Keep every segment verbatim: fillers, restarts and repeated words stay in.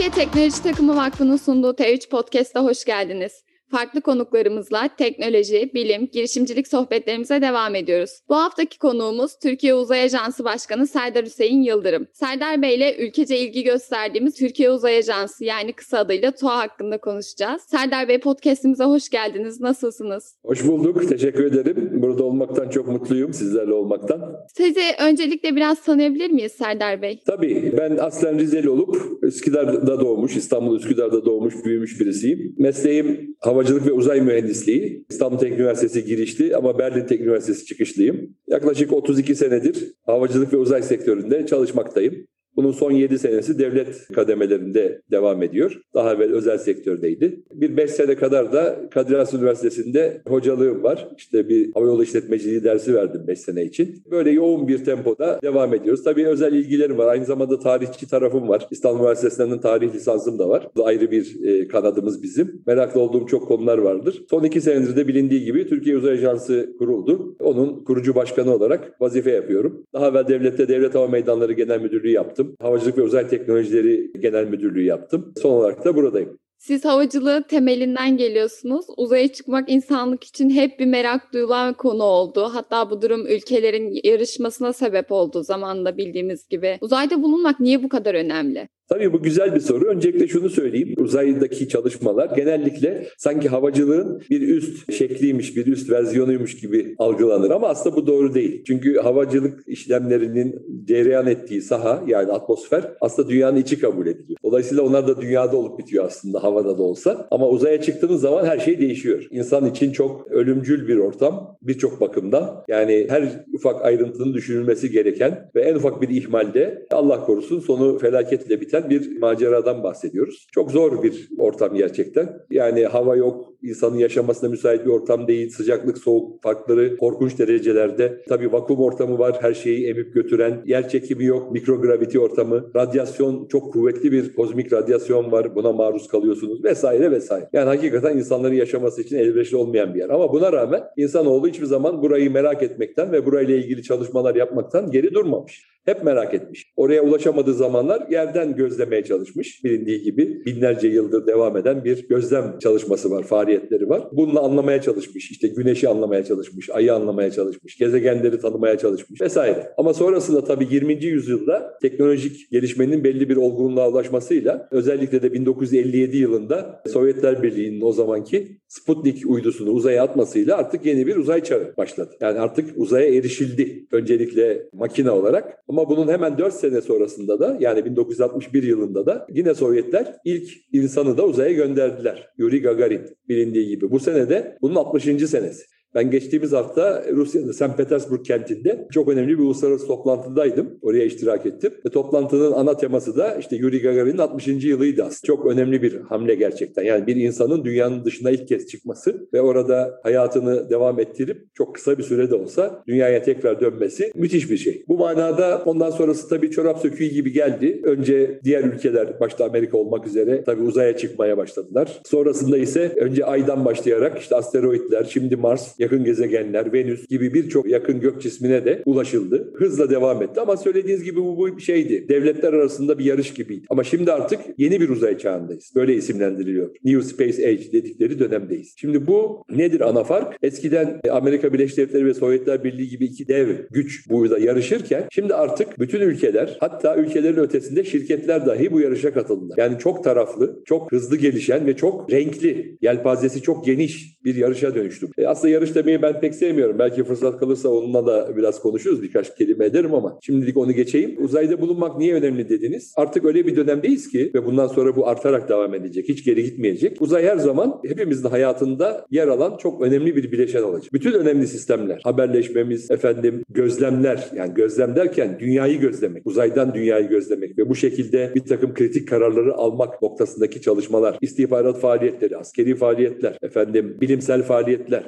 Türkiye Teknoloji Takımı Vakfı'nın sunduğu T üç Podcast'a hoş geldiniz. Farklı konuklarımızla teknoloji, bilim, girişimcilik sohbetlerimize devam ediyoruz. Bu haftaki konuğumuz Türkiye Uzay Ajansı Başkanı Serdar Hüseyin Yıldırım. Serdar Bey ile ülkece ilgi gösterdiğimiz Türkiye Uzay Ajansı yani kısa adıyla TUA hakkında konuşacağız. Serdar Bey, podcast'imize hoş geldiniz. Nasılsınız? Hoş bulduk. Teşekkür ederim. Burada olmaktan çok mutluyum. Sizlerle olmaktan. Sizi öncelikle biraz tanıyabilir miyiz Serdar Bey? Tabii. Ben aslen Rizeli olup Üsküdar'da doğmuş, İstanbul Üsküdar'da doğmuş, büyümüş birisiyim. Mesleğim havacılık ve uzay mühendisliği. İstanbul Teknik Üniversitesi girişli ama Berlin Teknik Üniversitesi çıkışlıyım. Yaklaşık otuz iki senedir havacılık ve uzay sektöründe çalışmaktayım. Bunun son yedi senesi devlet kademelerinde devam ediyor. Daha evvel özel sektördeydi. Bir beş sene kadar da Kadir Has Üniversitesi'nde hocalığım var. İşte bir havayolu işletmeciliği dersi verdim beş sene için. Böyle yoğun bir tempoda devam ediyoruz. Tabii özel ilgilerim var. Aynı zamanda tarihçi tarafım var. İstanbul Üniversitesi'nin tarih lisansım da var. Bu da ayrı bir e, kanadımız bizim. Meraklı olduğum çok konular vardır. Son iki senedir de bilindiği gibi Türkiye Uzay Ajansı kuruldu. Onun kurucu başkanı olarak vazife yapıyorum. Daha evvel devlette Devlet Hava Meydanları Genel Müdürlüğü yaptım. Havacılık ve Uzay Teknolojileri Genel Müdürlüğü yaptım. Son olarak da buradayım. Siz havacılığı temelinden geliyorsunuz. Uzaya çıkmak insanlık için hep bir merak duyulan konu oldu. Hatta bu durum ülkelerin yarışmasına sebep oldu zamanında bildiğimiz gibi. Uzayda bulunmak niye bu kadar önemli? Tabii bu güzel bir soru. Öncelikle şunu söyleyeyim. Uzaydaki çalışmalar genellikle sanki havacılığın bir üst şekliymiş, bir üst versiyonuymuş gibi algılanır. Ama aslında bu doğru değil. Çünkü havacılık işlemlerinin cereyan ettiği saha yani atmosfer aslında dünyanın içi kabul ediliyor. Dolayısıyla onlar da dünyada olup bitiyor aslında havada da olsa. Ama uzaya çıktığınız zaman her şey değişiyor. İnsan için çok ölümcül bir ortam birçok bakımdan. Yani her ufak ayrıntının düşünülmesi gereken ve en ufak bir ihmalde Allah korusun sonu felaketle biten bir maceradan bahsediyoruz. Çok zor bir ortam gerçekten. Yani hava yok, insanın yaşamasına müsait bir ortam değil. Sıcaklık, soğuk farkları korkunç derecelerde. Tabii vakum ortamı var, her şeyi emip götüren. Yer çekimi yok, mikrograviti ortamı. Radyasyon, çok kuvvetli bir kozmik radyasyon var. Buna maruz kalıyorsunuz vesaire vesaire. Yani hakikaten insanların yaşaması için elverişli olmayan bir yer. Ama buna rağmen insanoğlu hiçbir zaman burayı merak etmekten ve burayla ilgili çalışmalar yapmaktan geri durmamış. Hep merak etmiş. Oraya ulaşamadığı zamanlar yerden gözlemeye çalışmış. Bilindiği gibi binlerce yıldır devam eden bir gözlem çalışması var, faaliyetleri var. Bununla anlamaya çalışmış. İşte güneşi anlamaya çalışmış, ayı anlamaya çalışmış, gezegenleri tanımaya çalışmış vesaire. Ama sonrasında tabii yirminci yüzyılda teknolojik gelişmenin belli bir olgunluğa ulaşmasıyla özellikle de bin dokuz yüz elli yedi yılında Sovyetler Birliği'nin o zamanki Sputnik uydusunu uzaya atmasıyla artık yeni bir uzay çağı başladı. Yani artık uzaya erişildi. Öncelikle makine olarak. Ama bunun hemen dört sene sonrasında da yani bin dokuz yüz altmış bir yılında da yine Sovyetler ilk insanı da uzaya gönderdiler. Yuri Gagarin bilindiği gibi. Bu sene de bunun altmışıncı senesi. Ben geçtiğimiz hafta Rusya'nın Sankt Petersburg kentinde çok önemli bir uluslararası toplantıdaydım. Oraya iştirak ettim. Ve toplantının ana teması da işte Yuri Gagarin'in altmışıncı yılıydı aslında. Çok önemli bir hamle gerçekten. Yani bir insanın dünyanın dışına ilk kez çıkması ve orada hayatını devam ettirip çok kısa bir sürede olsa dünyaya tekrar dönmesi müthiş bir şey. Bu manada ondan sonrası tabii çorap söküğü gibi geldi. Önce diğer ülkeler başta Amerika olmak üzere tabii uzaya çıkmaya başladılar. Sonrasında ise önce Ay'dan başlayarak işte asteroidler, şimdi Mars, yakın gezegenler, Venüs gibi birçok yakın gök cismine de ulaşıldı. Hızla devam etti ama söylediğiniz gibi bu, bu bir şeydi. Devletler arasında bir yarış gibiydi. Ama şimdi artık yeni bir uzay çağındayız. Böyle isimlendiriliyor. New Space Age dedikleri dönemdeyiz. Şimdi bu nedir ana fark? Eskiden Amerika Birleşik Devletleri ve Sovyetler Birliği gibi iki dev güç burada yarışırken şimdi artık bütün ülkeler, hatta ülkelerin ötesinde şirketler dahi bu yarışa katıldılar. Yani çok taraflı, çok hızlı gelişen ve çok renkli, yelpazesi çok geniş bir yarışa dönüştü. E aslında yarış demeyi ben pek sevmiyorum. Belki fırsat kalırsa onunla da biraz konuşuruz. Birkaç kelime ederim ama şimdilik onu geçeyim. Uzayda bulunmak niye önemli dediniz? Artık öyle bir dönemdeyiz ki ve bundan sonra bu artarak devam edecek. Hiç geri gitmeyecek. Uzay her zaman hepimizin hayatında yer alan çok önemli bir bileşen olacak. Bütün önemli sistemler, haberleşmemiz, efendim gözlemler, yani gözlem derken dünyayı gözlemek, uzaydan dünyayı gözlemek ve bu şekilde bir takım kritik kararları almak noktasındaki çalışmalar, istihbarat faaliyetleri, askeri faaliyetler, efendim bilimsel faaliyetler. Bunların hep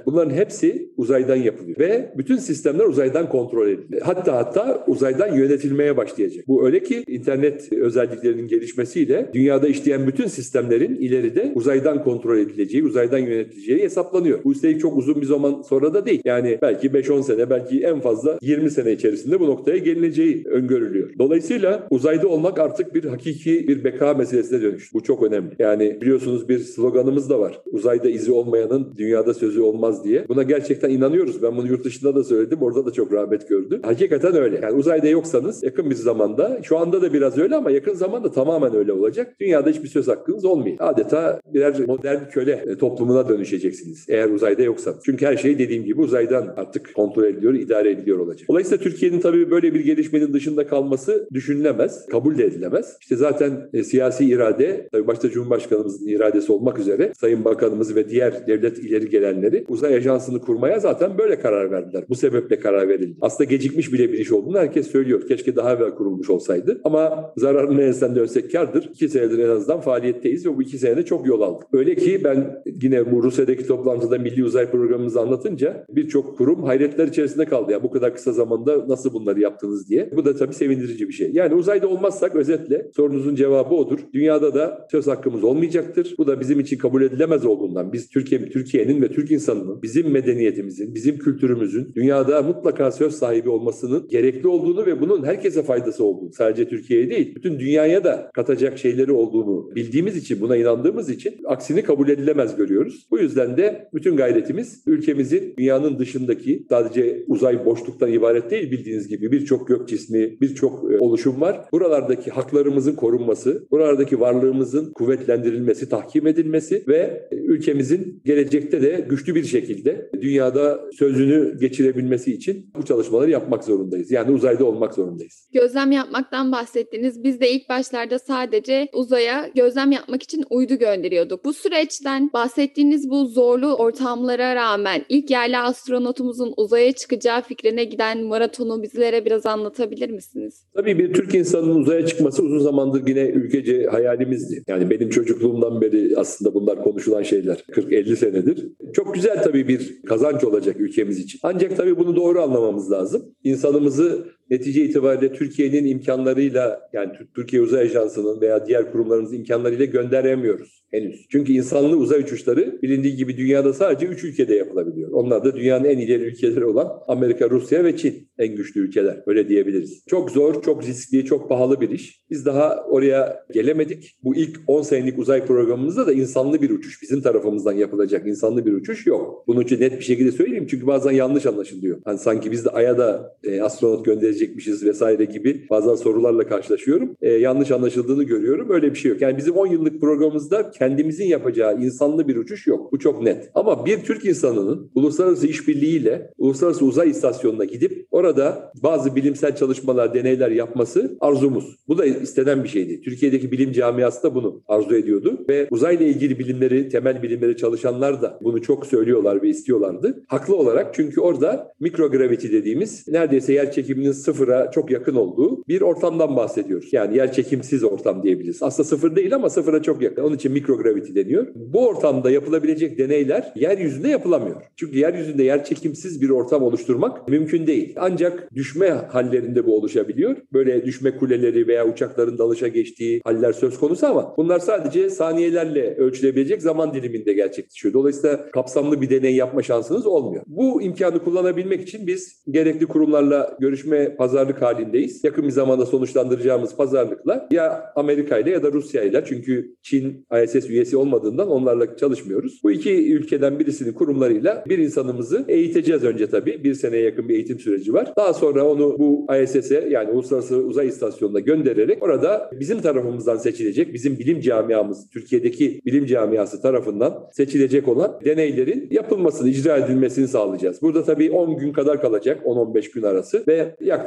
hepsi uzaydan yapılıyor. Ve bütün sistemler uzaydan kontrol ediliyor. Hatta hatta uzaydan yönetilmeye başlayacak. Bu öyle ki internet özelliklerinin gelişmesiyle dünyada işleyen bütün sistemlerin ileride uzaydan kontrol edileceği, uzaydan yönetileceği hesaplanıyor. Bu üstelik çok uzun bir zaman sonra da değil. Yani belki beş on sene, belki en fazla yirmi sene içerisinde bu noktaya gelineceği öngörülüyor. Dolayısıyla uzayda olmak artık bir hakiki bir beka meselesine dönüştü. Bu çok önemli. Yani biliyorsunuz bir sloganımız da var. Uzayda izi olmayanın dünyada sözü olmaz diye. Buna gerçekten inanıyoruz. Ben bunu yurt dışında da söyledim. Orada da çok rağbet gördü. Hakikaten öyle. Yani uzayda yoksanız yakın bir zamanda, şu anda da biraz öyle ama yakın zamanda tamamen öyle olacak. Dünyada hiçbir söz hakkınız olmayacak. Adeta birer modern köle toplumuna dönüşeceksiniz eğer uzayda yoksanız. Çünkü her şey dediğim gibi uzaydan artık kontrol ediliyor, idare ediliyor olacak. Dolayısıyla Türkiye'nin tabii böyle bir gelişmenin dışında kalması düşünülemez, kabul de edilemez. İşte zaten e, siyasi irade, tabii başta Cumhurbaşkanımızın iradesi olmak üzere Sayın Bakanımız ve diğer devlet ileri gelenleri uzay ajansını kurmaya zaten böyle karar verdiler. Bu sebeple karar verildi. Aslında gecikmiş bile bir iş olduğunu herkes söylüyor. Keşke daha evvel kurulmuş olsaydı. Ama zararın neresinden dönsek kârdır. İki senedir en azından faaliyetteyiz ve bu iki senede çok yol aldık. Öyle ki ben yine bu Rusya'daki toplantıda Milli Uzay Programımızı anlatınca birçok kurum hayretler içerisinde kaldı. Ya bu kadar kısa zamanda nasıl bunları yaptınız diye. Bu da tabii sevindirici bir şey. Yani uzayda olmazsak özetle sorunuzun cevabı odur. Dünyada da söz hakkımız olmayacaktır. Bu da bizim için kabul edilemez olduğundan biz Türkiye, Türkiye'nin ve Türk insanının, bizim medeniyetimizin, bizim kültürümüzün dünyada mutlaka söz sahibi olmasının gerekli olduğunu ve bunun herkese faydası olduğunu, sadece Türkiye'ye değil, bütün dünyaya da katacak şeyleri olduğunu bildiğimiz için, buna inandığımız için aksini kabul edilemez görüyoruz. Bu yüzden de bütün gayretimiz ülkemizin dünyanın dışındaki, sadece uzay boşluktan ibaret değil bildiğiniz gibi birçok gök cismi, birçok oluşum var. Buralardaki haklarımızın korunması, buralardaki varlığımızın kuvvetlendirilmesi, tahkim edilmesi ve ülkemizin gelecekte de güçlü bir şekilde dünyada sözünü geçirebilmesi için bu çalışmaları yapmak zorundayız. Yani uzayda olmak zorundayız. Gözlem yapmaktan bahsettiniz. Biz de ilk başlarda sadece uzaya gözlem yapmak için uydu gönderiyorduk. Bu süreçten bahsettiğiniz bu zorlu ortamlara rağmen ilk yerli astronotumuzun uzaya çıkacağı fikrine giden maratonu bizlere biraz anlatabilir misiniz? Tabii bir Türk insanının uzaya çıkması uzun zamandır yine ülkece hayalimizdi. Yani benim çocukluğumdan beri aslında bunlar konuşulan şeyler. kırk elli senedir. Çok güzel tabii bir kazanç olacak ülkemiz için. Ancak tabii bunu doğru anlamamız lazım. İnsanımızı netice itibariyle Türkiye'nin imkanlarıyla, yani Türkiye Uzay Ajansı'nın veya diğer kurumlarımızın imkanlarıyla gönderemiyoruz henüz. Çünkü insanlı uzay uçuşları bilindiği gibi dünyada sadece üç ülkede yapılabiliyor. Onlar da dünyanın en ileri ülkeleri olan Amerika, Rusya ve Çin en güçlü ülkeler. Öyle diyebiliriz. Çok zor, çok riskli, çok pahalı bir iş. Biz daha oraya gelemedik. Bu ilk on senelik uzay programımızda da insanlı bir uçuş, bizim tarafımızdan yapılacak insanlı bir uçuş yok. Bunu net bir şekilde söyleyeyim çünkü bazen yanlış anlaşılıyor. Hani sanki biz de Ay'a da e, astronot gönderecekmişiz vesaire gibi bazen sorularla karşılaşıyorum. E, yanlış anlaşıldığını görüyorum. Öyle bir şey yok. Yani bizim on yıllık programımızda kendimizin yapacağı insanlı bir uçuş yok. Bu çok net. Ama bir Türk insanının uluslararası işbirliğiyle uluslararası uzay istasyonuna gidip orada bazı bilimsel çalışmalar, deneyler yapması arzumuz. Bu da istenen bir şeydi. Türkiye'deki bilim camiası da bunu arzu ediyordu ve uzayla ilgili bilimleri, temel bilimleri çalışanlar da bunu çok söylüyorlar ve istiyorlardı. Haklı olarak, çünkü orada mikrograviti dediğimiz neredeyse yer çekiminin sıfıra çok yakın olduğu bir ortamdan bahsediyoruz. Yani yer çekimsiz ortam diyebiliriz. Aslında sıfır değil ama sıfıra çok yakın. Onun için mikrograviti deniyor. Bu ortamda yapılabilecek deneyler yeryüzünde yapılamıyor. Çünkü yeryüzünde yer çekimsiz bir ortam oluşturmak mümkün değil. Ancak düşme hallerinde bu oluşabiliyor. Böyle düşme kuleleri veya uçakların dalışa geçtiği haller söz konusu ama bunlar sadece saniyelerle ölçülebilecek zaman diliminde gerçekleşiyor. Dolayısıyla kapsamlı bir deney yapma şansınız olmuyor. Bu imkanı kullanabilmek için biz gerekli kurumlarla görüşme, pazarlık halindeyiz. Yakın bir zamanda sonuçlandıracağımız pazarlıkla ya Amerika ile ya da Rusya ile, çünkü Çin I S S üyesi olmadığından onlarla çalışmıyoruz. Bu iki ülkeden birisinin kurumlarıyla bir insanımızı eğiteceğiz önce tabii. Bir seneye yakın bir eğitim süreci var. Daha sonra onu bu I S S'e, yani Uluslararası Uzay İstasyonu'na göndererek orada bizim tarafımızdan seçilecek, bizim bilim camiamız, Türkiye'deki bilim camiası tarafından seçilecek olan deneylerin yapılmasını, icra edilmesini sağlayacağız. Burada tabii on gün kadar kalacak, on on beş gün arası ve yaklaşık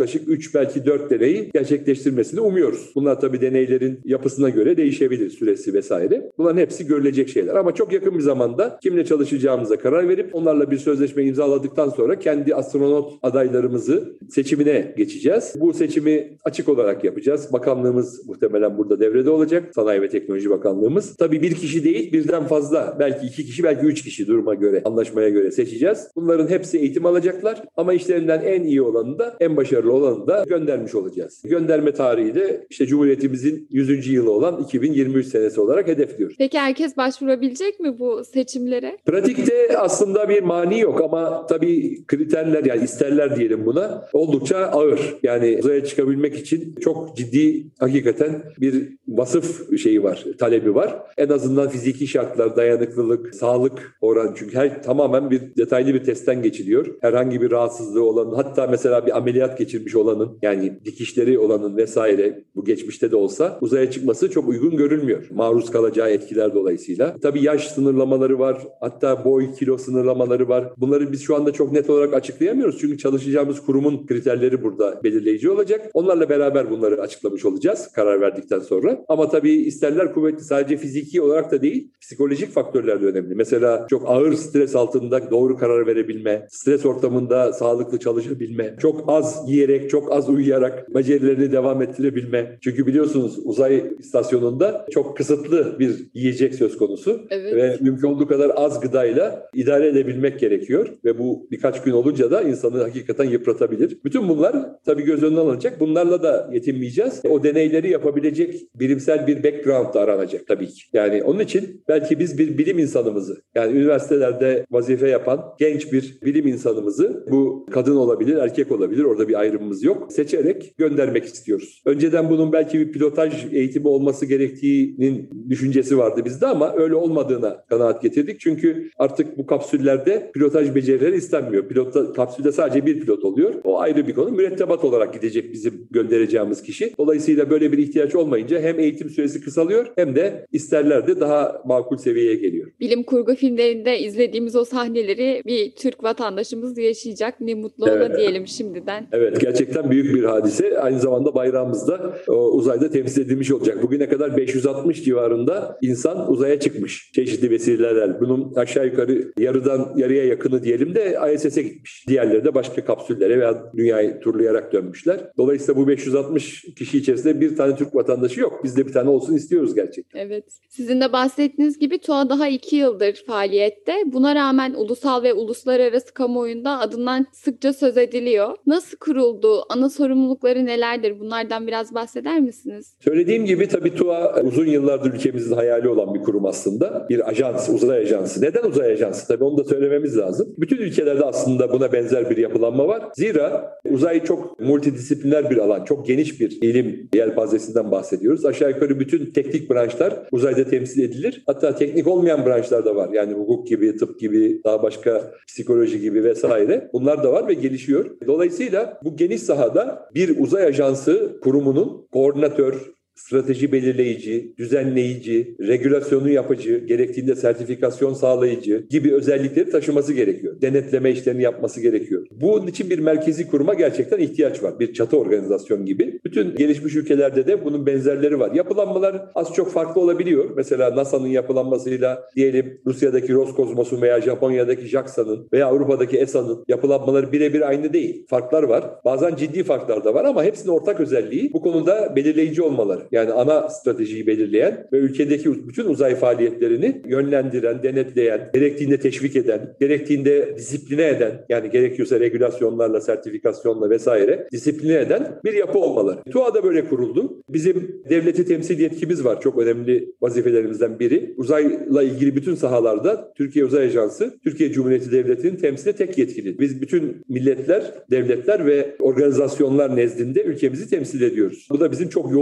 yaklaşık üç belki dört deneyi gerçekleştirmesini umuyoruz. Bunlar tabii deneylerin yapısına göre değişebilir, süresi vesaire. Bunların hepsi görülecek şeyler. Ama çok yakın bir zamanda kimle çalışacağımıza karar verip onlarla bir sözleşme imzaladıktan sonra kendi astronot adaylarımızı seçimine geçeceğiz. Bu seçimi açık olarak yapacağız. Bakanlığımız muhtemelen burada devrede olacak. Sanayi ve Teknoloji Bakanlığımız. Tabii bir kişi değil, birden fazla, belki iki kişi, belki üç kişi duruma göre, anlaşmaya göre seçeceğiz. Bunların hepsi eğitim alacaklar ama işlerinden en iyi olanı da, en başarılı olanı da göndermiş olacağız. Gönderme tarihi de işte Cumhuriyetimizin yüzüncü yılı olan iki bin yirmi üç senesi olarak hedefliyoruz. Peki herkes başvurabilecek mi bu seçimlere? Pratikte aslında bir mani yok ama tabii kriterler, yani isterler diyelim buna, oldukça ağır. Yani uzaya çıkabilmek için çok ciddi, hakikaten bir vasıf şeyi var, talebi var. En azından fiziki şartlar, dayanıklılık, sağlık oranı, çünkü her tamamen bir detaylı bir testten geçiliyor. Herhangi bir rahatsızlığı olanın, hatta mesela bir ameliyat geçirmiş olanın, yani dikişleri olanın vesaire, bu geçmişte de olsa uzaya çıkması çok uygun görülmüyor. Maruz kalacağı etkiler dolayısıyla. Tabii yaş sınırlamaları var. Hatta boy, kilo sınırlamaları var. Bunları biz şu anda çok net olarak açıklayamıyoruz. Çünkü çalışacağımız kurumun kriterleri burada belirleyici olacak. Onlarla beraber bunları açıklamış olacağız karar verdikten sonra. Ama tabii isterler kuvvetli, sadece fiziki olarak da değil, psikolojik faktörler de önemli. Mesela çok ağır stres altında doğru karar verebilme, stres ortamında sağlıklı çalışabilme, çok az yiyerek, çok az uyuyarak becerilerini devam ettirebilme. Çünkü biliyorsunuz uzay istasyonunda çok kısıtlı bir yiyecek söz konusu. Evet. Ve mümkün olduğu kadar az gıdayla idare edebilmek gerekiyor. Ve bu birkaç gün olunca da insanı hakikaten yıpratabilir. Bütün bunlar tabii göz önüne alınacak. Bunlarla da yetinmeyeceğiz. O deneyleri yapabilecek bilimsel bir background da aranacak tabii ki. Yani onun için belki biz bir bilim insanımızı, yani üniversitelerde vazife yapan genç bir bilim insanımızı, bu kadın olabilir, erkek olabilir, orada bir ayrımımız yok, seçerek göndermek istiyoruz. Önceden bunun belki bir pilotaj eğitimi olması gerektiğinin düşüncesi vardı bizde ama öyle olmadığına kanaat getirdik. Çünkü artık bu kapsüllerde pilotaj becerileri istenmiyor. Pilotta, kapsülde sadece bir pilot oluyor. O ayrı bir konu. Mürettebat olarak gidecek bizim göndereceğimiz kişi. Dolayısıyla böyle bir ihtiyaç olmayınca hem eğitim süresi kısalıyor hem de isterler de daha makul seviyeye geliyor. Bilim kurgu filmlerinde izlediğimiz o sahneleri bir Türk vatandaşımız yaşayacak. Ne mutlu ona Evet. diyelim şimdiden. Evet, gerçekten büyük bir hadise. Aynı zamanda bayrağımızda o, uzayda temsil edilmiş olacak. Bugüne kadar beş yüz altmış civarında insan uzaya çıkmış. Çeşitli vesilelerle. Bunun aşağı yukarı yarıdan yarıya yakını diyelim de I S S'e gitmiş. Diğerleri de başka kapsüllere veya dünyayı turlayarak dönmüşler. Dolayısıyla bu beş yüz altmış kişi içerisinde bir tane Türk vatandaşı yok. Biz de bir tane olsun istiyoruz gerçekten. Evet. Sizin de bahsettiğiniz gibi T U A daha iki yıldır faaliyette. Buna rağmen ulusal ve uluslararası kamuoyunda adından sıkça söz ediliyor. Nasıl kuruldu? Ana sorumlulukları nelerdir? Bunlardan biraz bahseder misiniz? Söylediğim gibi tabii T U A uzun yıllardır ülkemizin hayali olan bir kurum aslında. Bir ajans, uzay ajansı. Neden uzay ajansı? Tabii onu da söylememiz lazım. Bütün ülkelerde aslında buna benzer bir yapılanma var. Zira uzay çok multidisipliner bir alan. Çok geniş bir ilim yelpazesinden bahsediyoruz. Aşağı yukarı bütün teknik branşlar uzayda temsil edilir. Hatta teknik olmayan branşlar da var. Yani hukuk gibi, tıp gibi, daha başka psikoloji gibi vesaire. Bunlar da var ve gelişiyor. Dolayısıyla bu geniş sahada bir uzay ajansı kurumunun koordinatör, strateji belirleyici, düzenleyici, regülasyonu yapıcı, gerektiğinde sertifikasyon sağlayıcı gibi özellikleri taşıması gerekiyor. Denetleme işlerini yapması gerekiyor. Bunun için bir merkezi kuruma gerçekten ihtiyaç var. Bir çatı organizasyon gibi. Bütün gelişmiş ülkelerde de bunun benzerleri var. Yapılanmalar az çok farklı olabiliyor. Mesela NASA'nın yapılanmasıyla diyelim Rusya'daki Roskosmos'un veya Japonya'daki JAXA'nın veya Avrupa'daki E S A'nın yapılanmaları birebir aynı değil. Farklar var. Bazen ciddi farklar da var ama hepsinin ortak özelliği bu konuda belirleyici olmaları. Yani ana stratejiyi belirleyen ve ülkedeki bütün uzay faaliyetlerini yönlendiren, denetleyen, gerektiğinde teşvik eden, gerektiğinde disipline eden, yani gerekiyorsa regülasyonlarla, sertifikasyonla vesaire disipline eden bir yapı olmaları. T U A da böyle kuruldu. Bizim devleti temsil yetkimiz var. Çok önemli vazifelerimizden biri. Uzayla ilgili bütün sahalarda Türkiye Uzay Ajansı, Türkiye Cumhuriyeti Devleti'nin temsili tek yetkili. Biz bütün milletler, devletler ve organizasyonlar nezdinde ülkemizi temsil ediyoruz. Bu da bizim çok yoğun vazifemiz.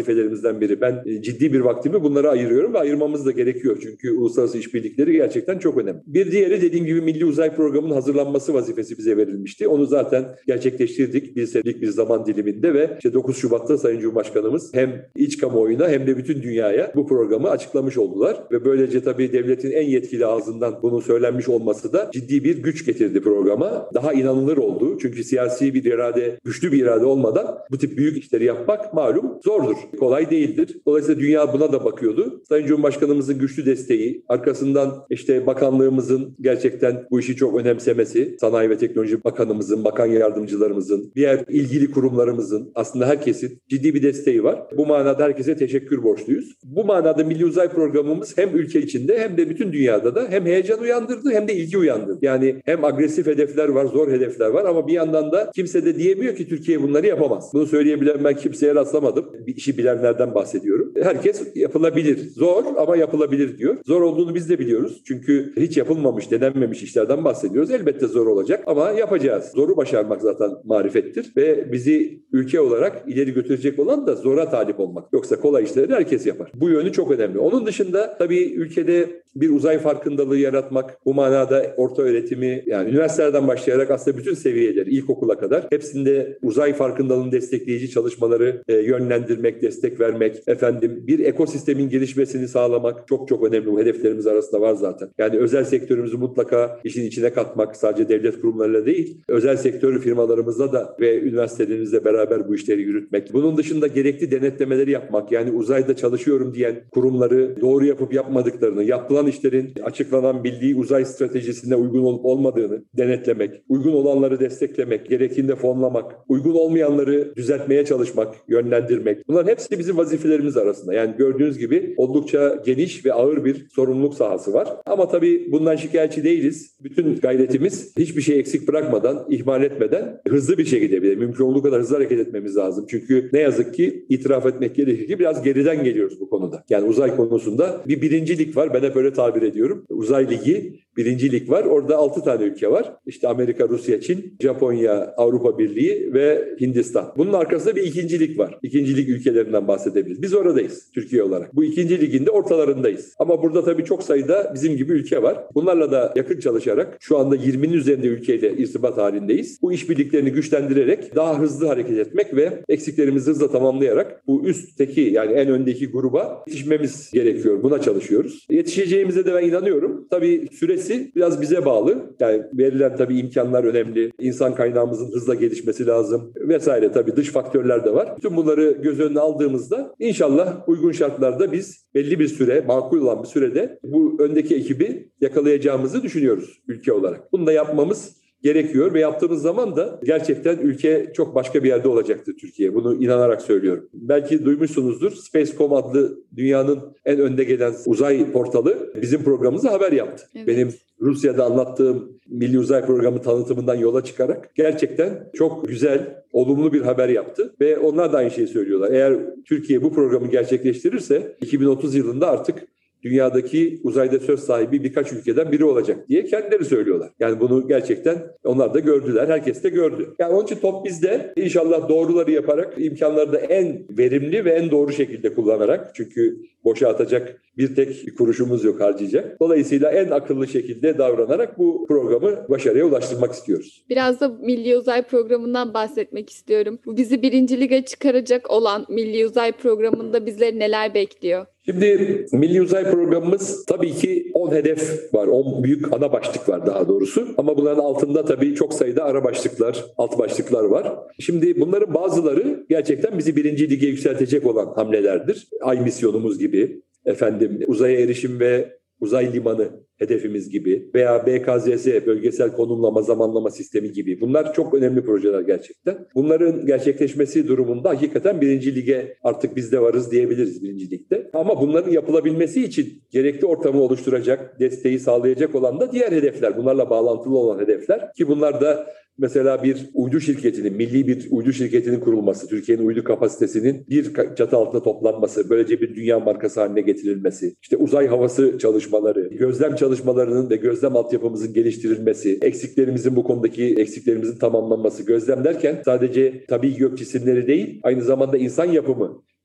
vazifelerimizden biri. Ben ciddi bir vaktimi bunlara ayırıyorum ve ayırmamız da gerekiyor. Çünkü uluslararası işbirlikleri gerçekten çok önemli. Bir diğeri dediğim gibi Milli Uzay Programı'nın hazırlanması vazifesi bize verilmişti. Onu zaten gerçekleştirdik bir senelik bir zaman diliminde ve işte dokuz Şubat'ta Sayın Cumhurbaşkanımız hem iç kamuoyuna hem de bütün dünyaya bu programı açıklamış oldular. Ve böylece tabii devletin en yetkili ağzından bunun söylenmiş olması da ciddi bir güç getirdi programa. Daha inanılır oldu. Çünkü siyasi bir irade, güçlü bir irade olmadan bu tip büyük işleri yapmak malum zordur. Kolay değildir. Dolayısıyla dünya buna da bakıyordu. Sayın Cumhurbaşkanımızın güçlü desteği, arkasından işte bakanlığımızın gerçekten bu işi çok önemsemesi, Sanayi ve Teknoloji Bakanımızın, bakan yardımcılarımızın, diğer ilgili kurumlarımızın, aslında herkesin ciddi bir desteği var. Bu manada herkese teşekkür borçluyuz. Bu manada Milli Uzay Programımız hem ülke içinde hem de bütün dünyada da hem heyecan uyandırdı hem de ilgi uyandırdı. Yani hem agresif hedefler var, zor hedefler var ama bir yandan da kimse de diyemiyor ki Türkiye bunları yapamaz. Bunu söyleyebilen ben kimseye rastlamadım. Bir işi bilenlerden bahsediyorum. Herkes yapılabilir. Zor ama yapılabilir diyor. Zor olduğunu biz de biliyoruz. Çünkü hiç yapılmamış, denenmemiş işlerden bahsediyoruz. Elbette zor olacak ama yapacağız. Zoru başarmak zaten marifettir ve bizi ülke olarak ileri götürecek olan da zora talip olmak. Yoksa kolay işleri herkes yapar. Bu yönü çok önemli. Onun dışında tabii ülkede bir uzay farkındalığı yaratmak, bu manada orta öğretimi, yani üniversitelerden başlayarak aslında bütün seviyeleri, ilkokula kadar hepsinde uzay farkındalığını destekleyici çalışmaları e, yönlendirmek, destek vermek, efendim bir ekosistemin gelişmesini sağlamak çok çok önemli. Bu hedeflerimiz arasında var zaten. Yani özel sektörümüzü mutlaka işin içine katmak, sadece devlet kurumlarıyla değil, özel sektör firmalarımızla da ve üniversitelerimizle beraber bu işleri yürütmek. Bunun dışında gerekli denetlemeleri yapmak, yani uzayda çalışıyorum diyen kurumları doğru yapıp yapmadıklarını, yapılan işlerin açıklanan bildiği uzay stratejisine uygun olup olmadığını denetlemek, uygun olanları desteklemek, gerektiğinde fonlamak, uygun olmayanları düzeltmeye çalışmak, yönlendirmek. Bunların hepsi bizim vazifelerimiz arasında. Yani gördüğünüz gibi oldukça geniş ve ağır bir sorumluluk sahası var. Ama tabii bundan şikayetçi değiliz. Bütün gayretimiz hiçbir şey eksik bırakmadan, ihmal etmeden hızlı bir şekilde, bile mümkün olduğu kadar hızlı hareket etmemiz lazım. Çünkü ne yazık ki itiraf etmek gerekir ki biraz geriden geliyoruz bu konuda. Yani uzay konusunda bir birincilik var. Ben hep öyle tabir ediyorum. Uzay Ligi, birinci lig var. Orada altı tane ülke var. İşte Amerika, Rusya, Çin, Japonya, Avrupa Birliği ve Hindistan. Bunun arkasında bir ikinci lig var. İkinci lig ülkelerinden bahsedebiliriz. Biz oradayız Türkiye olarak. Bu ikinci ligin de ortalarındayız. Ama burada tabii çok sayıda bizim gibi ülke var. Bunlarla da yakın çalışarak şu anda yirminin üzerinde ülkeyle irtibat halindeyiz. Bu işbirliklerini güçlendirerek daha hızlı hareket etmek ve eksiklerimizi hızla tamamlayarak bu üstteki, yani en öndeki gruba yetişmemiz gerekiyor. Buna çalışıyoruz. Yetişeceğimize de ben inanıyorum. Tabii süresi biraz bize bağlı. Yani verilen tabii imkanlar önemli. İnsan kaynağımızın hızla gelişmesi lazım vesaire, tabii dış faktörler de var. Tüm bunları göz önüne aldığımızda inşallah uygun şartlarda biz belli bir süre, makul olan bir sürede bu öndeki ekibi yakalayacağımızı düşünüyoruz ülke olarak. Bunu da yapmamız gerekiyor ve yaptığımız zaman da gerçekten ülke çok başka bir yerde olacaktır Türkiye. Bunu inanarak söylüyorum. Belki duymuşsunuzdur. Space nokta com adlı dünyanın en önde gelen uzay portalı bizim programımıza haber yaptı. Evet. Benim Rusya'da anlattığım Milli Uzay Programı tanıtımından yola çıkarak gerçekten çok güzel, olumlu bir haber yaptı ve onlar da aynı şeyi söylüyorlar. Eğer Türkiye bu programı gerçekleştirirse iki bin otuz yılında artık dünyadaki uzayda söz sahibi birkaç ülkeden biri olacak diye kendileri söylüyorlar. Yani bunu gerçekten onlar da gördüler, herkes de gördü. Yani onun için top bizde. İnşallah doğruları yaparak, imkanları da en verimli ve en doğru şekilde kullanarak, çünkü boşa atacak bir tek bir kuruşumuz yok harcayacak. Dolayısıyla en akıllı şekilde davranarak bu programı başarıya ulaştırmak istiyoruz. Biraz da Milli Uzay Programı'ndan bahsetmek istiyorum. Bu bizi birinci lige çıkaracak olan Milli Uzay Programı'nda bizleri neler bekliyor? Şimdi Milli Uzay Programımız tabii ki on hedef var, on büyük ana başlık var daha doğrusu. Ama bunların altında tabii çok sayıda ara başlıklar, alt başlıklar var. Şimdi bunların bazıları gerçekten bizi birinci lige yükseltecek olan hamlelerdir. Ay misyonumuz gibi, efendim uzaya erişim ve uzay limanı hedefimiz gibi veya B K Z S, bölgesel konumlama zamanlama sistemi gibi. Bunlar çok önemli projeler gerçekten. Bunların gerçekleşmesi durumunda hakikaten birinci lige artık biz de varız diyebiliriz birinci ligde. Ama bunların yapılabilmesi için gerekli ortamı oluşturacak, desteği sağlayacak olan da diğer hedefler. Bunlarla bağlantılı olan hedefler ki bunlar da mesela bir uydu şirketinin, milli bir uydu şirketinin kurulması, Türkiye'nin uydu kapasitesinin bir çatı altında toplanması, böylece bir dünya markası haline getirilmesi, işte uzay havası çalışmaları, gözlem çalışmalarının ve gözlem altyapımızın geliştirilmesi, eksiklerimizin bu konudaki eksiklerimizin tamamlanması, gözlem derken sadece tabii gök cisimleri değil, aynı zamanda insan yapımı,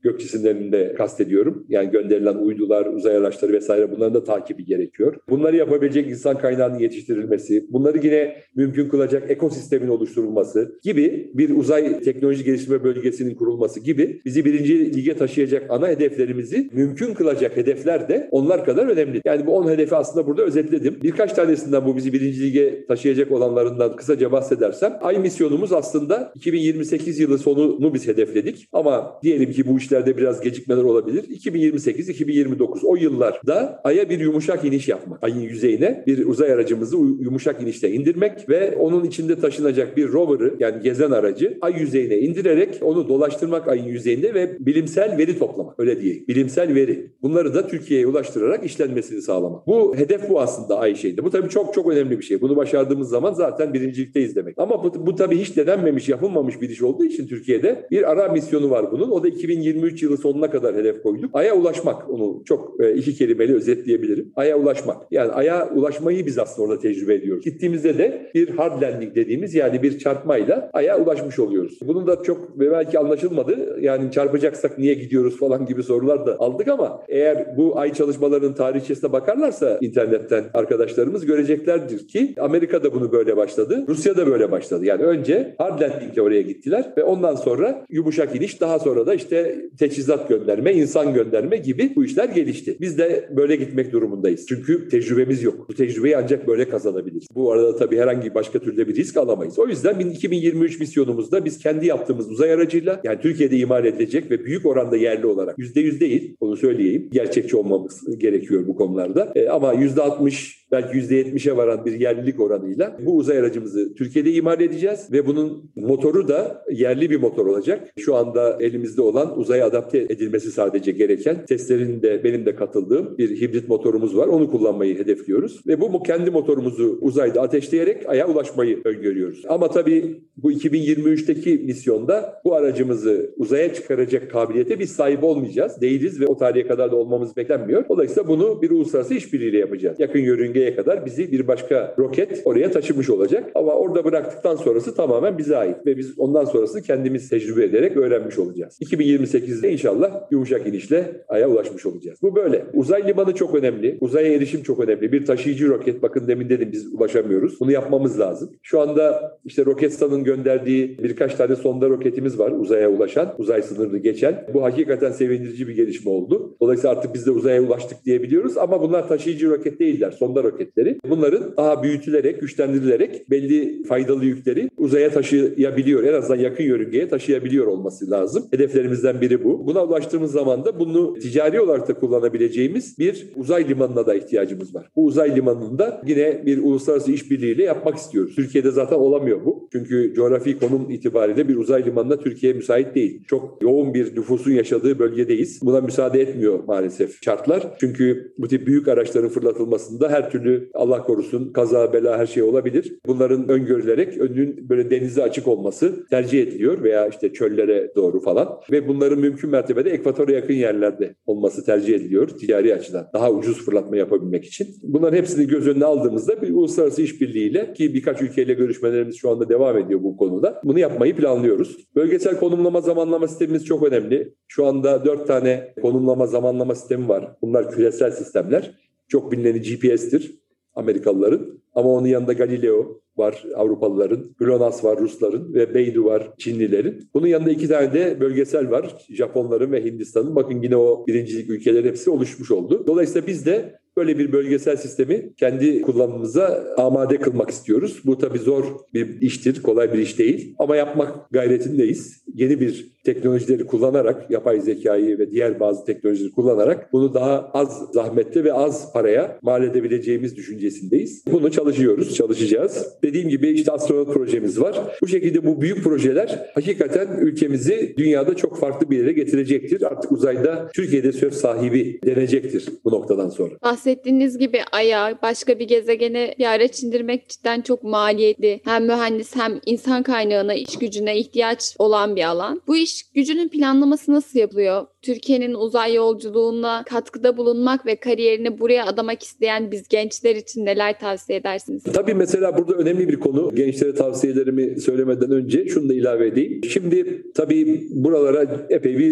gök cisimlerinde kastediyorum. Yani gönderilen uydular, uzay araçları vesaire bunların da takibi gerekiyor. Bunları yapabilecek insan kaynağının yetiştirilmesi, bunları yine mümkün kılacak ekosistemin oluşturulması gibi bir uzay teknoloji geliştirme bölgesinin kurulması gibi bizi birinci lige taşıyacak ana hedeflerimizi mümkün kılacak hedefler de onlar kadar önemli. Yani bu on hedefi aslında burada özetledim. Birkaç tanesinden bu bizi birinci lige taşıyacak olanlarından kısaca bahsedersem, Ay misyonumuz aslında iki bin yirmi sekiz yılı sonunu biz hedefledik. Ama diyelim ki bu işlerde biraz gecikmeler olabilir. iki bin yirmi sekiz iki bin yirmi dokuz o yıllarda Ay'a bir yumuşak iniş yapmak. Ay'ın yüzeyine bir uzay aracımızı yumuşak inişte indirmek ve onun içinde taşınacak bir rover'ı, yani gezen aracı Ay yüzeyine indirerek onu dolaştırmak Ay'ın yüzeyinde ve bilimsel veri toplamak. Öyle diyeyim. Bilimsel veri. Bunları da Türkiye'ye ulaştırarak işlenmesini sağlamak. Bu hedef bu aslında Ay şeyinde. Bu tabii çok çok önemli bir şey. Bunu başardığımız zaman zaten birincilikteyiz demek. Ama bu, bu tabii hiç denenmemiş, yapılmamış bir iş olduğu için Türkiye'de bir ara misyonu var bunun. O da iki bin yirmi üç yılı sonuna kadar hedef koyduk. Ay'a ulaşmak. Onu çok e, iki kelimeyle özetleyebilirim. Ay'a ulaşmak. Yani Ay'a ulaşmayı biz aslında orada tecrübe ediyoruz. Gittiğimizde de bir hard landing dediğimiz, yani bir çarpmayla Ay'a ulaşmış oluyoruz. Bunun da çok belki anlaşılmadı. Yani çarpacaksak niye gidiyoruz falan gibi sorular da aldık ama eğer bu Ay çalışmalarının tarihçesine bakarlarsa internetten arkadaşlarımız göreceklerdir ki Amerika da bunu böyle başladı. Rusya da böyle başladı. Yani önce hard landing'le oraya gittiler ve ondan sonra yumuşak iniş, daha sonra da işte teçhizat gönderme, insan gönderme gibi bu işler gelişti. Biz de böyle gitmek durumundayız. Çünkü tecrübemiz yok. Bu tecrübeyi ancak böyle kazanabiliriz. Bu arada tabii herhangi başka türde bir risk alamayız. O yüzden iki bin yirmi üç misyonumuzda biz kendi yaptığımız uzay aracıyla, yani Türkiye'de imal edilecek ve büyük oranda yerli olarak, yüzde yüz değil, onu söyleyeyim. Gerçekçi olmamız gerekiyor bu konularda. E, ama yüzde altmış, belki yüzde yetmişe varan bir yerlilik oranıyla bu uzay aracımızı Türkiye'de imal edeceğiz ve bunun motoru da yerli bir motor olacak. Şu anda elimizde olan, uzaya adapte edilmesi sadece gereken, testlerin de benim de katıldığım bir hibrit motorumuz var. Onu kullanmayı hedefliyoruz ve bu kendi motorumuzu uzayda ateşleyerek Ay'a ulaşmayı öngörüyoruz. Ama tabii bu iki bin yirmi üçteki misyonda bu aracımızı uzaya çıkaracak kabiliyete biz sahip olmayacağız. Değiliz ve o tarihe kadar da olmamız beklenmiyor. Dolayısıyla bunu bir uluslararası işbirliğiyle yapacağız. Yakın yörüngeye kadar bizi bir başka roket oraya taşımış olacak. Ama orada bıraktıktan sonrası tamamen bize ait ve biz ondan sonrasını kendimiz tecrübe ederek öğrenmiş olacağız. iki bin yirmi sekizde inşallah yumuşak inişle Ay'a ulaşmış olacağız. Bu böyle. Uzay limanı çok önemli. Uzaya erişim çok önemli. Bir taşıyıcı roket, bakın demin dedim biz ulaşamıyoruz. Bunu yapmamız lazım. Şu anda işte Roketsan'ın gönderdiği birkaç tane sonda roketimiz var uzaya ulaşan, uzay sınırını geçen. Bu hakikaten sevindirici bir gelişme oldu. Dolayısıyla artık biz de uzaya ulaştık diyebiliyoruz ama bunlar taşıyıcı roket değiller, sonda roketleri. Bunların daha büyütülerek, güçlendirilerek belli faydalı yükleri uzaya taşıyabiliyor. En azından yakın yörüngeye taşıyabiliyor olması lazım. Hedeflerimizden biri bu. Buna ulaştığımız zaman da bunu ticari olarak da kullanabileceğimiz bir uzay limanına da ihtiyacımız var. Bu uzay limanında yine bir uluslararası işbirliğiyle yapmak istiyoruz. Türkiye'de zaten olamıyor bu. Çünkü coğrafi konum itibariyle bir uzay limanına Türkiye müsait değil. Çok yoğun bir nüfusun yaşadığı bölgedeyiz. Buna müsaade etmiyor maalesef şartlar. Çünkü bu tip büyük araçların fırlatılmasında her türlü, Allah korusun, kaza, bela, her şey olabilir. Bunların öngörülerek önünün böyle denize açık olması tercih ediliyor veya işte çöllere doğru falan. Ve bunların mümkün mertebede ekvatora yakın yerlerde olması tercih ediliyor ticari açıdan. Daha ucuz fırlatma yapabilmek için. Bunların hepsini göz önüne aldığımızda bir uluslararası işbirliğiyle, ki birkaç ülkeyle görüşmelerimiz şu anda devam ediyor bu konuda, bunu yapmayı planlıyoruz. Bölgesel konumlama zamanlama sistemimiz çok önemli. Şu anda dört tane konumlama zamanlama sistemi var. Bunlar küresel sistemler. Çok bilineni G P S'tir Amerikalıların. Ama onun yanında Galileo var Avrupalıların, GLONASS var Rusların ve Beidou var Çinlilerin. Bunun yanında iki tane de bölgesel var, Japonların ve Hindistan'ın. Bakın yine o birincilik ülkeleri hepsi oluşmuş oldu. Dolayısıyla biz de böyle bir bölgesel sistemi kendi kullanımımıza amade kılmak istiyoruz. Bu tabii zor bir iştir, kolay bir iş değil. Ama yapmak gayretindeyiz. Yeni bir teknolojileri kullanarak, yapay zekayı ve diğer bazı teknolojileri kullanarak bunu daha az zahmetli ve az paraya mal edebileceğimiz düşüncesindeyiz. Bunu çalışıyoruz, çalışacağız. Dediğim gibi işte astronot projemiz var. Bu şekilde bu büyük projeler hakikaten ülkemizi dünyada çok farklı bir yere getirecektir. Artık uzayda Türkiye'de söz sahibi denecektir bu noktadan sonra. Bahsettiğiniz gibi Ay'a, başka bir gezegene bir araç indirmek cidden çok maliyetli. Hem mühendis hem insan kaynağına, iş gücüne ihtiyaç olan bir alan. Bu iş gücünün planlaması nasıl yapılıyor? Türkiye'nin uzay yolculuğuna katkıda bulunmak ve kariyerini buraya adamak isteyen biz gençler için neler tavsiye edersiniz? Tabii mesela burada önemli bir konu. Gençlere tavsiyelerimi söylemeden önce şunu da ilave edeyim. Şimdi tabii buralara epey bir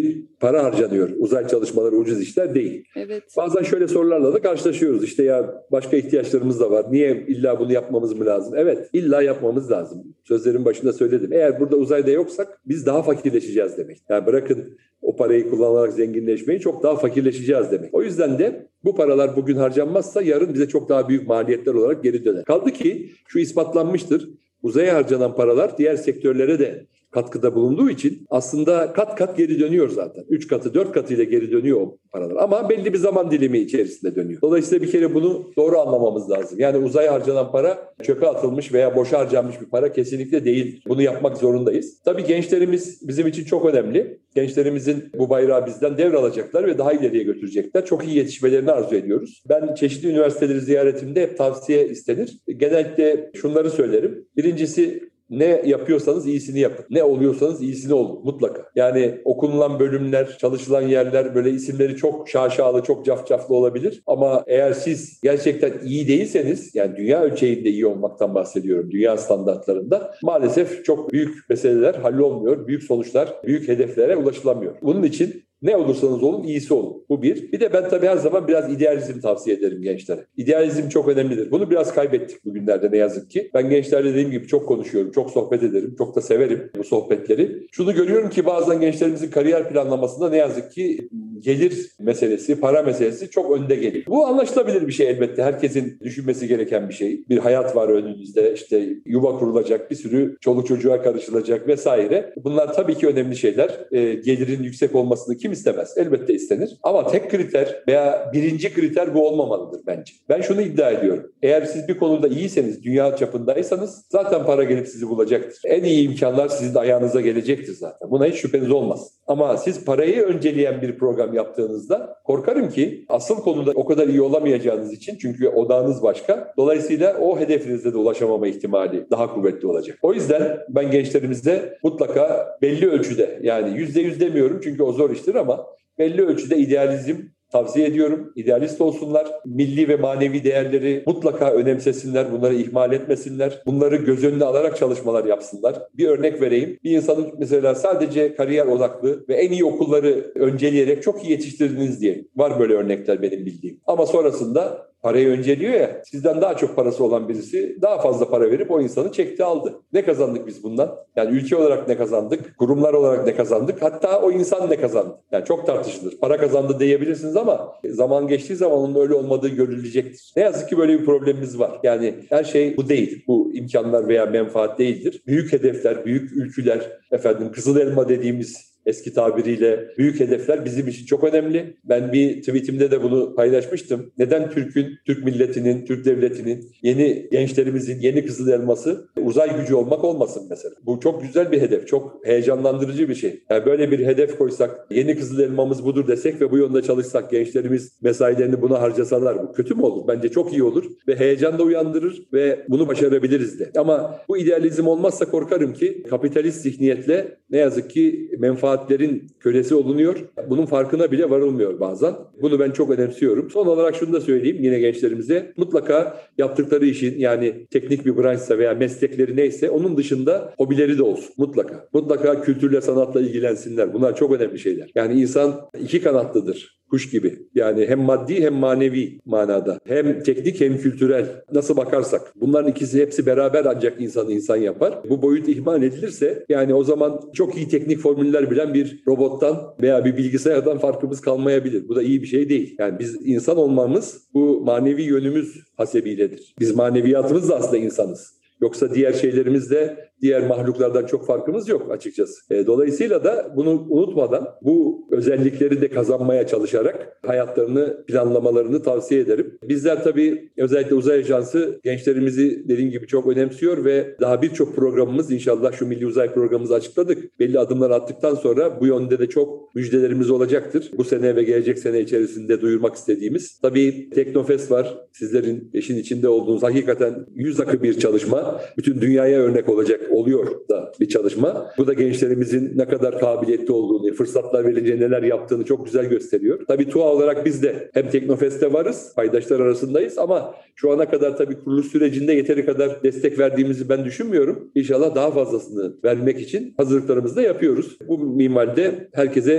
para harcanıyor. Uzay çalışmaları ucuz işler değil. Evet. Bazen şöyle sorularla da karşılaşıyoruz. İşte ya başka ihtiyaçlarımız da var. Niye illa bunu yapmamız mı lazım? Evet, illa yapmamız lazım. Sözlerin başında söyledim. Eğer burada uzayda yoksak biz daha fakirleşeceğiz demek. Yani bırakın o parayı kullanarak zenginleşmeyi, çok daha fakirleşeceğiz demek. O yüzden de bu paralar bugün harcanmazsa yarın bize çok daha büyük maliyetler olarak geri döner. Kaldı ki şu ispatlanmıştır. Uzaya harcanan paralar diğer sektörlere de katkıda bulunduğu için aslında kat kat geri dönüyor zaten. Üç katı, dört katıyla geri dönüyor o paralar. Ama belli bir zaman dilimi içerisinde dönüyor. Dolayısıyla bir kere bunu doğru anlamamız lazım. Yani uzaya harcanan para çöpe atılmış veya boşa harcanmış bir para kesinlikle değil. Bunu yapmak zorundayız. Tabii gençlerimiz bizim için çok önemli. Gençlerimizin bu bayrağı bizden devralacaklar ve daha ileriye götürecekler. Çok iyi yetişmelerini arzu ediyoruz. Ben çeşitli üniversiteleri ziyaretimde hep tavsiye istenir. Genellikle şunları söylerim. Birincisi, ne yapıyorsanız iyisini yapın. Ne oluyorsanız iyisini olun mutlaka. Yani okunulan bölümler, çalışılan yerler böyle isimleri çok şaşalı, çok cafcaflı olabilir. Ama eğer siz gerçekten iyi değilseniz, yani dünya ölçeğinde iyi olmaktan bahsediyorum, dünya standartlarında maalesef çok büyük meseleler hallolmuyor. Büyük sonuçlar, büyük hedeflere ulaşılamıyor. Bunun için ne olursanız olun iyisi olun. Bu bir. Bir de ben tabii her zaman biraz idealizm tavsiye ederim gençlere. İdealizm çok önemlidir. Bunu biraz kaybettik bugünlerde ne yazık ki. Ben gençlerle dediğim gibi çok konuşuyorum, çok sohbet ederim, çok da severim bu sohbetleri. Şunu görüyorum ki bazen gençlerimizin kariyer planlamasında ne yazık ki gelir meselesi, para meselesi çok önde geliyor. Bu anlaşılabilir bir şey elbette. Herkesin düşünmesi gereken bir şey. Bir hayat var önünüzde, işte yuva kurulacak, bir sürü çoluk çocuğa karışılacak vesaire. Bunlar tabii ki önemli şeyler. E, gelirin yüksek olmasını kim istemez? Elbette istenir. Ama tek kriter veya birinci kriter bu olmamalıdır bence. Ben şunu iddia ediyorum. Eğer siz bir konuda iyiyseniz, dünya çapındaysanız zaten para gelip sizi bulacaktır. En iyi imkanlar sizin ayağınıza gelecektir zaten. Buna hiç şüpheniz olmaz. Ama siz parayı önceleyen bir program yaptığınızda korkarım ki asıl konuda o kadar iyi olamayacağınız için, çünkü odağınız başka. Dolayısıyla o hedefinizde de ulaşamama ihtimali daha kuvvetli olacak. O yüzden ben gençlerimize mutlaka belli ölçüde, yani yüzde yüz demiyorum çünkü o zor iştir ama belli ölçüde idealizm tavsiye ediyorum. İdealist olsunlar. Milli ve manevi değerleri mutlaka önemsesinler. Bunları ihmal etmesinler. Bunları göz önüne alarak çalışmalar yapsınlar. Bir örnek vereyim. Bir insanın mesela sadece kariyer odaklı ve en iyi okulları önceleyerek çok iyi yetiştirdiniz diye. Var böyle örnekler benim bildiğim. Ama sonrasında parayı önceliyor ya, sizden daha çok parası olan birisi daha fazla para verip o insanı çekti aldı. Ne kazandık biz bundan? Yani ülke olarak ne kazandık? Kurumlar olarak ne kazandık? Hatta o insan ne kazandı? Yani çok tartışılır. Para kazandı diyebilirsiniz ama zaman geçtiği zaman onun öyle olmadığı görülecektir. Ne yazık ki böyle bir problemimiz var. Yani her şey bu değil. Bu imkanlar veya menfaat değildir. Büyük hedefler, büyük ülküler, efendim kızıl elma dediğimiz eski tabiriyle büyük hedefler bizim için çok önemli. Ben bir tweetimde de bunu paylaşmıştım. Neden Türk'ün, Türk milletinin, Türk devletinin, yeni gençlerimizin yeni kızıl elması uzay gücü olmak olmasın mesela. Bu çok güzel bir hedef, çok heyecanlandırıcı bir şey. Yani böyle bir hedef koysak, yeni kızıl elmamız budur desek ve bu yönde çalışsak, gençlerimiz mesailerini buna harcasalar bu kötü mü olur? Bence çok iyi olur ve heyecan da uyandırır ve bunu başarabiliriz de. Ama bu idealizm olmazsa korkarım ki kapitalist zihniyetle ne yazık ki menfaat menfaatlerin kölesi olunuyor. Bunun farkına bile varılmıyor bazen. Bunu ben çok önemsiyorum. Son olarak şunu da söyleyeyim yine gençlerimize. Mutlaka yaptıkları işin, yani teknik bir branşsa veya meslekleri neyse onun dışında hobileri de olsun. Mutlaka. Mutlaka kültürle, sanatla ilgilensinler. Bunlar çok önemli şeyler. Yani insan iki kanatlıdır. Kuş gibi. Yani hem maddi hem manevi manada. Hem teknik hem kültürel. Nasıl bakarsak. Bunların ikisi hepsi beraber ancak insanı insan yapar. Bu boyut ihmal edilirse yani o zaman çok iyi teknik formüller bilen bir robottan veya bir bilgisayardan farkımız kalmayabilir. Bu da iyi bir şey değil. Yani biz insan olmamız bu manevi yönümüz hasebiyledir. Biz maneviyatımız da aslında insanız. Yoksa diğer şeylerimizde diğer mahluklardan çok farkımız yok açıkçası. E, dolayısıyla da bunu unutmadan bu özellikleri de kazanmaya çalışarak hayatlarını planlamalarını tavsiye ederim. Bizler tabii özellikle Uzay Ajansı gençlerimizi dediğim gibi çok önemsiyor ve daha birçok programımız, inşallah şu Milli Uzay Programımızı açıkladık. Belli adımlar attıktan sonra bu yönde de çok müjdelerimiz olacaktır. Bu sene ve gelecek sene içerisinde duyurmak istediğimiz. Tabii Teknofest var. Sizlerin işin içinde olduğunuz hakikaten yüz akı bir çalışma. Bütün dünyaya örnek olacak, oluyor da bir çalışma. Bu da gençlerimizin ne kadar kabiliyetli olduğunu, fırsatlar verince neler yaptığını çok güzel gösteriyor. Tabii TUA olarak biz de hem Teknofest'te varız, paydaşlar arasındayız ama şu ana kadar tabii kuruluş sürecinde yeteri kadar destek verdiğimizi ben düşünmüyorum. İnşallah daha fazlasını vermek için hazırlıklarımızı da yapıyoruz. Bu minvalde herkese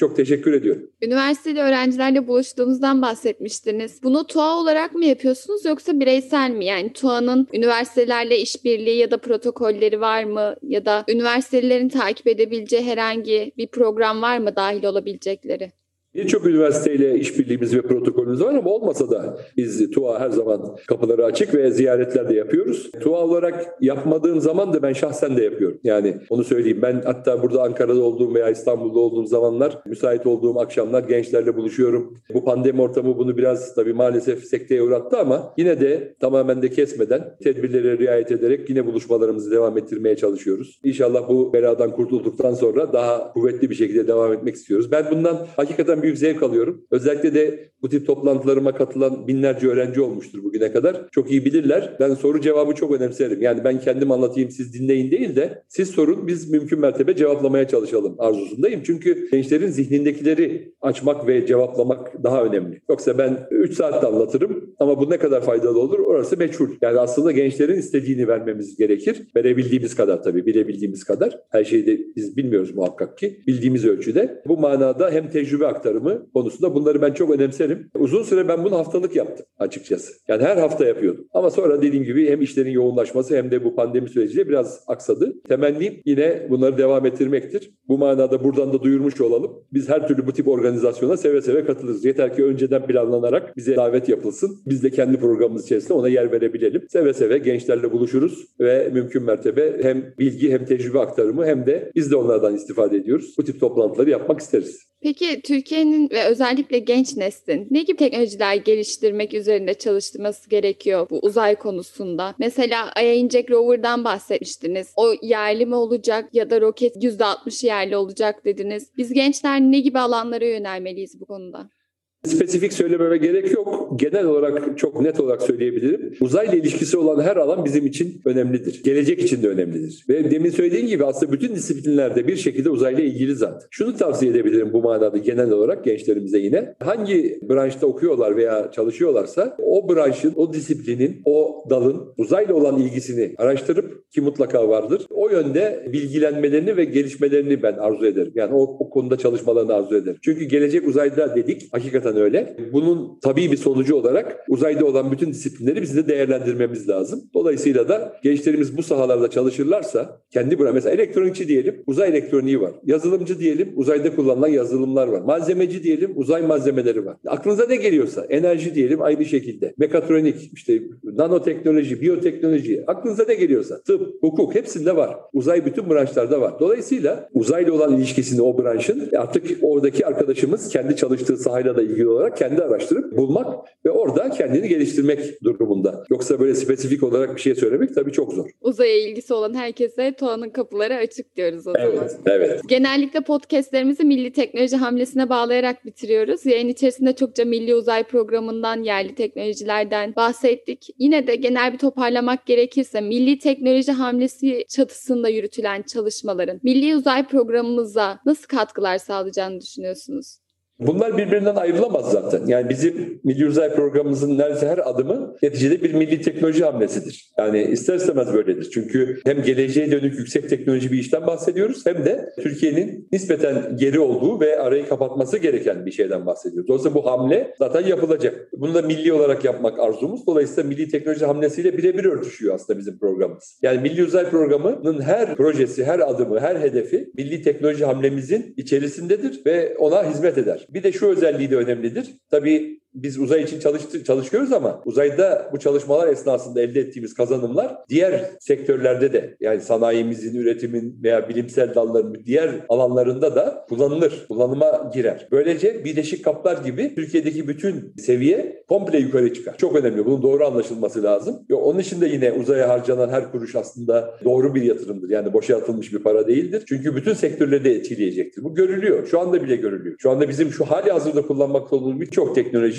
Çok teşekkür ediyorum. Üniversitede öğrencilerle buluştuğunuzdan bahsetmiştiniz. Bunu TUA olarak mı yapıyorsunuz yoksa bireysel mi? Yani TUA'nın üniversitelerle işbirliği ya da protokolleri var mı? Ya da üniversitelerin takip edebileceği herhangi bir program var mı dahil olabilecekleri? Birçok üniversiteyle işbirliğimiz ve protokolümüz var ama olmasa da biz TUA her zaman kapıları açık ve ziyaretler de yapıyoruz. TUA olarak yapmadığım zaman da ben şahsen de yapıyorum. Yani onu söyleyeyim. Ben hatta burada Ankara'da olduğum veya İstanbul'da olduğum zamanlar müsait olduğum akşamlar gençlerle buluşuyorum. Bu pandemi ortamı bunu biraz tabii maalesef sekteye uğrattı ama yine de tamamen de kesmeden tedbirlere riayet ederek yine buluşmalarımızı devam ettirmeye çalışıyoruz. İnşallah bu beladan kurtulduktan sonra daha kuvvetli bir şekilde devam etmek istiyoruz. Ben bundan hakikaten büyük zevk alıyorum. Özellikle de bu tip toplantılarıma katılan binlerce öğrenci olmuştur bugüne kadar. Çok iyi bilirler. Ben soru cevabı çok önemserim. Yani ben kendim anlatayım, siz dinleyin değil de siz sorun, biz mümkün mertebe cevaplamaya çalışalım arzusundayım. Çünkü gençlerin zihnindekileri açmak ve cevaplamak daha önemli. Yoksa ben üç saatte anlatırım ama bu ne kadar faydalı olur orası meçhul. Yani aslında gençlerin istediğini vermemiz gerekir. Verebildiğimiz kadar tabii, bilebildiğimiz kadar. Her şeyi de biz bilmiyoruz muhakkak ki. Bildiğimiz ölçüde. Bu manada hem tecrübe aktarımı konusunda bunları ben çok önemserim. Uzun süre ben bunu haftalık yaptım açıkçası. Yani her hafta yapıyordum. Ama sonra dediğim gibi hem işlerin yoğunlaşması hem de bu pandemi süreciyle biraz aksadı. Temennim yine bunları devam ettirmektir. Bu manada buradan da duyurmuş olalım. Biz her türlü bu tip organizasyona seve seve katılırız. Yeter ki önceden planlanarak bize davet yapılsın. Biz de kendi programımız içerisinde ona yer verebilelim. Seve seve gençlerle buluşuruz ve mümkün mertebe hem bilgi hem tecrübe aktarımı hem de biz de onlardan istifade ediyoruz. Bu tip toplantıları yapmak isteriz. Peki Türkiye'nin ve özellikle genç neslin ne gibi teknolojiler geliştirmek üzerinde çalışması gerekiyor bu uzay konusunda? Mesela Ay'a inecek rover'dan bahsetmiştiniz. O yerli mi olacak ya da roket yüzde altmış yerli olacak dediniz. Biz gençler ne gibi alanlara yönelmeliyiz bu konuda? Spesifik söylememe gerek yok. Genel olarak çok net olarak söyleyebilirim. Uzayla ilişkisi olan her alan bizim için önemlidir. Gelecek için de önemlidir. Ve demin söylediğim gibi aslında bütün disiplinlerde bir şekilde uzayla ilgili zaten. Şunu tavsiye edebilirim bu manada genel olarak gençlerimize yine. Hangi branşta okuyorlar veya çalışıyorlarsa o branşın, o disiplinin, o dalın uzayla olan ilgisini araştırıp, ki mutlaka vardır, o yönde bilgilenmelerini ve gelişmelerini ben arzu ederim. Yani o, o konuda çalışmalarını arzu ederim. Çünkü gelecek uzayda dedik, hakikaten öyle. Bunun tabii bir sonucu olarak uzayda olan bütün disiplinleri bizim de değerlendirmemiz lazım. Dolayısıyla da gençlerimiz bu sahalarda çalışırlarsa kendi buna mesela elektronikçi diyelim, uzay elektroniği var. Yazılımcı diyelim, uzayda kullanılan yazılımlar var. Malzemeci diyelim, uzay malzemeleri var. Aklınıza ne geliyorsa, enerji diyelim aynı şekilde. Mekatronik, işte nanoteknoloji, biyoteknoloji, aklınıza ne geliyorsa, tıp, hukuk hepsinde var. Uzay bütün branşlarda var. Dolayısıyla uzayla olan ilişkisini o branşın artık oradaki arkadaşımız kendi çalıştığı sahayla da ilgili olarak kendi araştırıp bulmak ve orada kendini geliştirmek durumunda. Yoksa böyle spesifik olarak bir şey söylemek tabii çok zor. Uzaya ilgisi olan herkese TUA'nın kapıları açık diyoruz o evet, zaman. Evet. Genellikle podcastlerimizi milli teknoloji hamlesine bağlayarak bitiriyoruz. Yayın içerisinde çokça milli uzay programından, yerli teknolojilerden bahsettik. Yine de genel bir toparlamak gerekirse milli teknoloji hamlesi çatısında yürütülen çalışmaların milli uzay programımıza nasıl katkılar sağlayacağını düşünüyorsunuz? Bunlar birbirinden ayrılamaz zaten. Yani bizim Milli Uzay Programımızın neredeyse her adımı neticede bir milli teknoloji hamlesidir. Yani ister istemez böyledir. Çünkü hem geleceğe dönük yüksek teknoloji bir işten bahsediyoruz hem de Türkiye'nin nispeten geri olduğu ve arayı kapatması gereken bir şeyden bahsediyoruz. Dolayısıyla bu hamle zaten yapılacak. Bunu da milli olarak yapmak arzumuz. Dolayısıyla milli teknoloji hamlesiyle birebir örtüşüyor aslında bizim programımız. Yani Milli Uzay Programı'nın her projesi, her adımı, her hedefi milli teknoloji hamlemizin içerisindedir ve ona hizmet eder. Bir de şu özelliği de önemlidir. Tabii biz uzay için çalıştı, çalışıyoruz ama uzayda bu çalışmalar esnasında elde ettiğimiz kazanımlar diğer sektörlerde de, yani sanayimizin, üretimin veya bilimsel dalların diğer alanlarında da kullanılır, kullanıma girer. Böylece Birleşik Kaplar gibi Türkiye'deki bütün seviye komple yukarı çıkar. Çok önemli. Bunun doğru anlaşılması lazım. Ve onun için de yine uzaya harcanan her kuruş aslında doğru bir yatırımdır. Yani boşa atılmış bir para değildir. Çünkü bütün sektörleri de etkileyecektir. Bu görülüyor. Şu anda bile görülüyor. Şu anda bizim şu hali hazırda kullanmakta olduğumuz birçok teknoloji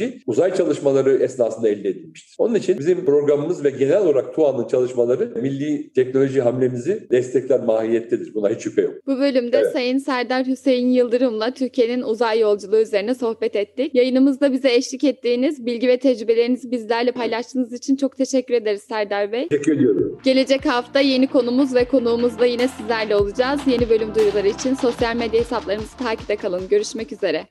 teknoloji uzay çalışmaları esnasında elde edilmiştir. Onun için bizim programımız ve genel olarak TUA'nın çalışmaları milli teknoloji hamlemizi destekler mahiyettedir. Buna hiç şüphe yok. Bu bölümde evet. Sayın Serdar Hüseyin Yıldırım'la Türkiye'nin uzay yolculuğu üzerine sohbet ettik. Yayınımızda bize eşlik ettiğiniz bilgi ve tecrübelerinizi bizlerle paylaştığınız için çok teşekkür ederiz Serdar Bey. Teşekkür ediyorum. Gelecek hafta yeni konumuz ve konuğumuzla yine sizlerle olacağız. Yeni bölüm duyuruları için sosyal medya hesaplarımızı takipte kalın. Görüşmek üzere.